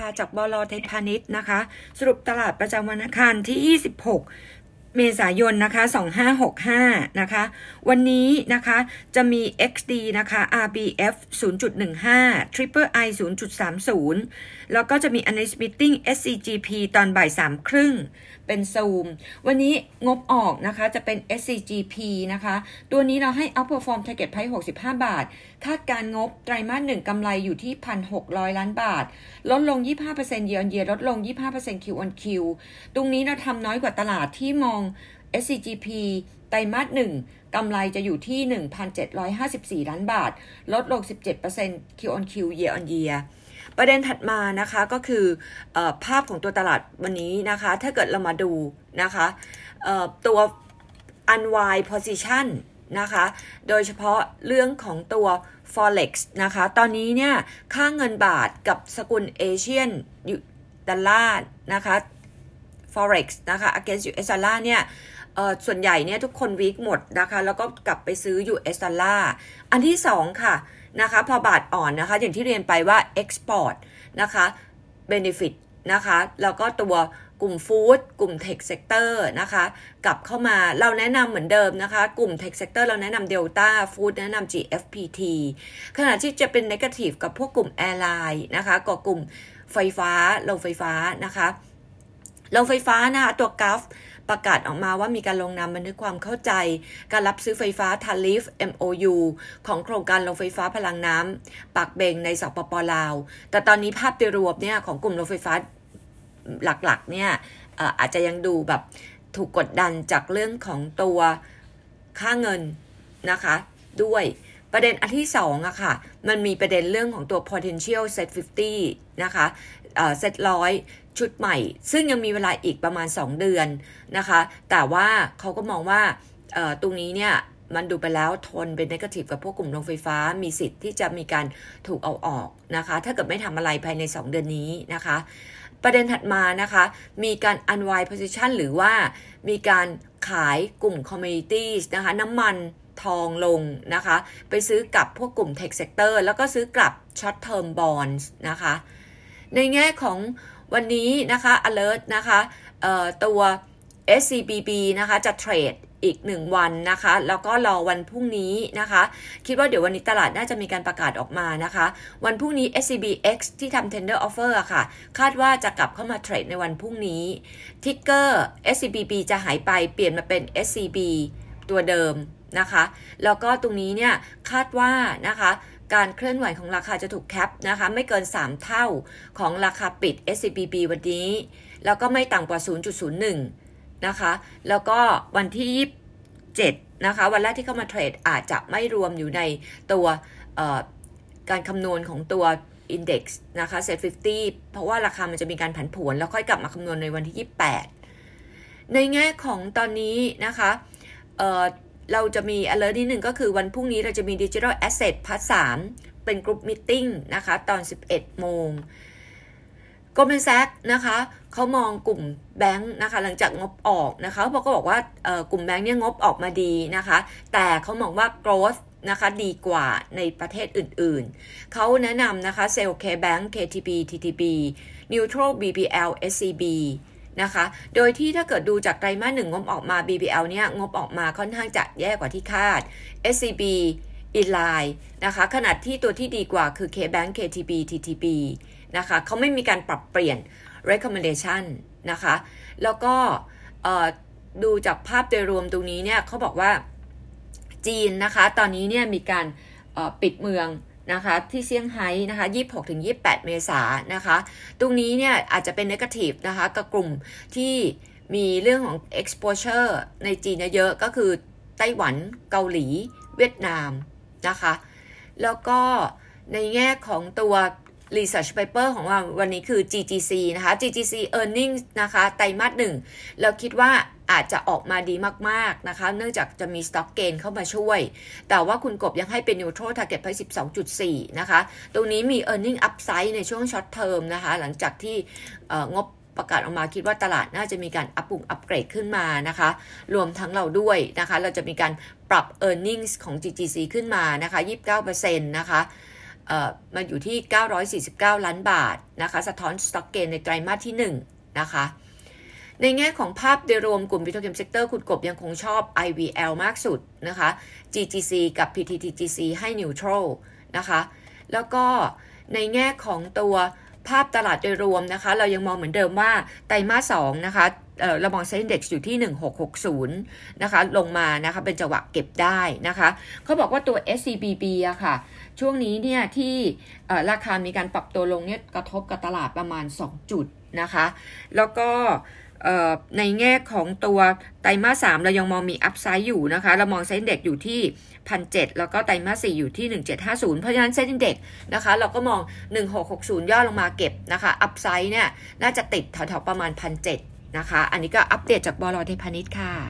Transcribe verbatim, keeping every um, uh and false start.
าจากบล.ไทยพาณิชย์นะคะสรุปตลาดประจำวันอังคารที่ยี่สิบหกเมษายนนะคะสองพันห้าร้อยหกสิบห้านะคะวันนี้นะคะจะมี เอ็กซ์ ดี นะคะ อาร์ บี เอฟ ศูนย์จุดหนึ่งห้า Triple I ศูนย์จุดสามศูนย์ แล้วก็จะมี Analyst Meeting เอส ซี จี พี ตอนบ่ายสามครึ่งเป็นซูมวันนี้งบออกนะคะจะเป็น เอส ซี จี พี นะคะตัวนี้เราให้ Outperform Target Price หกสิบห้าบาทคาดการงบไตรมาสหนึ่งกำไรอยู่ที่ หนึ่งพันหกร้อยล้านบาทลดลง ยี่สิบห้าเปอร์เซ็นต์ Year on Year ลดลง ยี่สิบห้าเปอร์เซ็นต์ Q on Q ตรงนี้เราทำน้อยกว่าตลาดที่มอง เอส ซี จี พี ไตรมาสหนึ่งกำไรจะอยู่ที่ หนึ่งพันเจ็ดร้อยห้าสิบสี่ล้านบาทลดลง สิบเจ็ดเปอร์เซ็นต์ Q on Q Year on Year ประเด็นถัดมานะคะก็คือเอ่อภาพของตัวตลาดวันนี้นะคะถ้าเกิดเรามาดูนะคะเอ่อตัว unwind position นะคะโดยเฉพาะเรื่องของตัว Forex นะคะตอนนี้เนี่ยค่าเงินบาทกับสกุลเอเชียนดอลลาร์นะคะ Forex นะคะ against ยู เอส ดอลลาร์เนี่ยเอ่อส่วนใหญ่เนี่ยทุกคนวีคหมดนะคะแล้วก็กลับไปซื้อ ยู เอส ดอลลาร์อันที่สองค่ะนะคะพอบาทอ่อนนะคะอย่างที่เรียนไปว่า export นะคะ benefit นะคะแล้วก็ตัวกลุ่มฟู้ดกลุ่ม tech sector นะคะกลับเข้ามาเราแนะนำเหมือนเดิมนะคะกลุ่ม tech sector เราแนะนำ Delta Food แนะนำ จี เอฟ พี ที ขณะที่จะเป็น negative กับพวกกลุ่ม airline นะคะกับกลุ่มไฟฟ้าโรงไฟฟ้านะคะโรงไฟฟ้านะคะตัว จี เอ เอฟ ประกาศออกมาว่ามีการลงนามบันทึกความเข้าใจการรับซื้อไฟฟ้า Tariff เอ็ม โอ ยู ของโครงการโรงไฟฟ้าพลังน้ำปากเบงในสปป.ลาวแต่ตอนนี้ภาพโดยรวมเนี่ยของกลุ่มโรงไฟฟ้าหลักๆเนี่ยอาจจะยังดูแบบถูกกดดันจากเรื่องของตัวค่าเงินนะคะด้วยประเด็นอันที่สองอะค่ะมันมีประเด็นเรื่องของตัว potential set ห้าสิบนะคะเอ่อ set หนึ่งร้อยชุดใหม่ซึ่งยังมีเวลาอีกประมาณสองเดือนนะคะแต่ว่าเขาก็มองว่าเอ่อตรงนี้เนี่ยมันดูไปแล้วทนเป็น negative กับพวกกลุ่มโรงไฟฟ้ามีสิทธิ์ที่จะมีการถูกเอาออกนะคะถ้าเกิดไม่ทำอะไรภายในสองเดือนนี้นะคะประเด็นถัดมานะคะมีการ unwind position หรือว่ามีการขายกลุ่ม commodities นะคะน้ำมันทองลงนะคะไปซื้อกับพวกกลุ่ม tech sector แล้วก็ซื้อกลับ short term bonds นะคะในแง่ของวันนี้นะคะ alert นะคะเอ่อตัว เอส ซี บี บี นะคะจะเทรดอีกหนึ่งวันนะคะแล้วก็รอวันพรุ่งนี้นะคะคิดว่าเดี๋ยววันนี้ตลาดน่าจะมีการประกาศออกมานะคะวันพรุ่งนี้ เอส ซี บี เอ็กซ์ ที่ทำ tender offer อะค่ะคาดว่าจะกลับเข้ามาเทรดในวันพรุ่งนี้ทิกเกอร์ เอส ซี บี บี จะหายไปเปลี่ยนมาเป็น เอส ซี บี ตัวเดิมนะคะแล้วก็ตรงนี้เนี่ยคาดว่านะคะการเคลื่อนไหวของราคาจะถูกแคปนะคะไม่เกินสามเท่าของราคาปิด เอส ซี บี บี วันนี้แล้วก็ไม่ต่ำกว่า ศูนย์จุดศูนย์หนึ่ง นะคะแล้วก็วันที่ยี่สิบเจ็ดนะคะวันแรกที่เข้ามาเทรดอาจจะไม่รวมอยู่ในตัวการคำนวณของตัว Index นะคะ เซ็ต ห้าสิบ เพราะว่าราคามันจะมีการผันผวนแล้วค่อยกลับมาคำนวณในวันที่ยี่สิบแปดในแง่ของตอนนี้นะคะเอ่อเราจะมี alert นิดหนึ่งก็คือวันพรุ่งนี้เราจะมี Digital Asset Part สามเป็น Group Meeting นะคะตอน สิบเอ็ดโมงGoldman Sachs นะคะเขามองกลุ่มแบงค์นะคะหลังจากงบออกนะคะเขาก็บอกว่ากลุ่มแบงค์เนี่ยงบออกมาดีนะคะแต่เขามองว่า growth นะคะดีกว่าในประเทศอื่นๆเขาแนะนำนะคะ Cell K-Bank เค ที บี ที ที บี Neutral บี บี แอล เอส ซี บี นะคะโดยที่ถ้าเกิดดูจากไตรมาสหนึ่งงบออกมา บี บี แอล เนี่ยงบออกมาค่อนข้างจะแย่กว่าที่คาด เอส ซี บี inline นะคะขนาดที่ตัวที่ดีกว่าคือ K-Bank เค ที บี ที ที บีนะคะเขาไม่มีการปรับเปลี่ยน recommendation นะคะแล้วก็ดูจากภาพโดยรวมตรงนี้เนี่ยเขาบอกว่าจีนนะคะตอนนี้เนี่ยมีการปิดเมืองนะคะที่เซี่ยงไฮ้นะคะยี่สิบหกถึงยี่สิบแปดเมษายนนะคะตรงนี้เนี่ยอาจจะเป็น negative นะคะกับกลุ่มที่มีเรื่องของ exposure ในจีนเยอะก็คือไต้หวันเกาหลีเวียดนามนะคะแล้วก็ในแง่ของตัว Research Paper ของเราวันนี้คือ จี จี ซี นะคะ จี จี ซี Earnings นะคะไตรมาสหนึ่งเราคิดว่าอาจจะออกมาดีมากๆนะคะเนื่องจากจะมี Stock Gain เข้ามาช่วยแต่ว่าคุณกบยังให้เป็น Neutral Target Price สิบสองจุดสี่ นะคะตรงนี้มี Earning Upside ในช่วง Short Term นะคะหลังจากที่งบประกาศออกมาคิดว่าตลาดน่าจะมีการอัพปุ่งอัปเกรดขึ้นมานะคะรวมทั้งเราด้วยนะคะเราจะมีการปรับ Earnings ของ จี จี ซี ขึ้นมานะคะ ยี่สิบเก้าเปอร์เซ็นต์ นะคะเอ่อมาอยู่ที่เก้าร้อยสี่สิบเก้าล้านบาทนะคะสะท้อนสต็อกเกนในไตรมาสที่หนึ่งนะคะในแง่ของภาพโดยรวมกลุ่ม Petrochem Sector คุณกบยังคงชอบ ไอ วี แอล มากสุดนะคะ จี จี ซี กับ พี ที ที จี ซี ให้ neutral นะคะแล้วก็ในแง่ของตัวภาพตลาดโดยรวมนะคะเรายังมองเหมือนเดิมว่าไตรมาสสองนะคะเอ่อเรามองเซ็นดี เอ็กซ์ อยู่ที่หนึ่งพันหกร้อยหกสิบนะคะลงมานะคะเป็นจังหวะเก็บได้นะคะเขาบอกว่าตัว เอส ซี บี บี อะค่ะช่วงนี้เนี่ยที่เอ่อราคามีการปรับตัวลงเนี่ยกระทบกับตลาดประมาณสองจุดนะคะแล้วก็ในแง่ของตัวไตรมาสสามเรายังมองมีอัพไซด์อยู่นะคะเรามองเซ็นดี เอ็กซ์ อยู่ที่ หนึ่งพันเจ็ดร้อย แล้วก็ไตรมาสสี่อยู่ที่หนึ่งพันเจ็ดร้อยห้าสิบเพราะฉะนั้นเซ็นดี เอ็กซ์ นะคะเราก็มองหนึ่งพันหกร้อยหกสิบย่อลงมาเก็บนะคะอัพไซด์เนี่ยน่าจะติดแถวๆประมาณ หนึ่งพันเจ็ดร้อย นะคะอันนี้ก็อัปเดตจากบล.ไทยพาณิชย์ค่ะ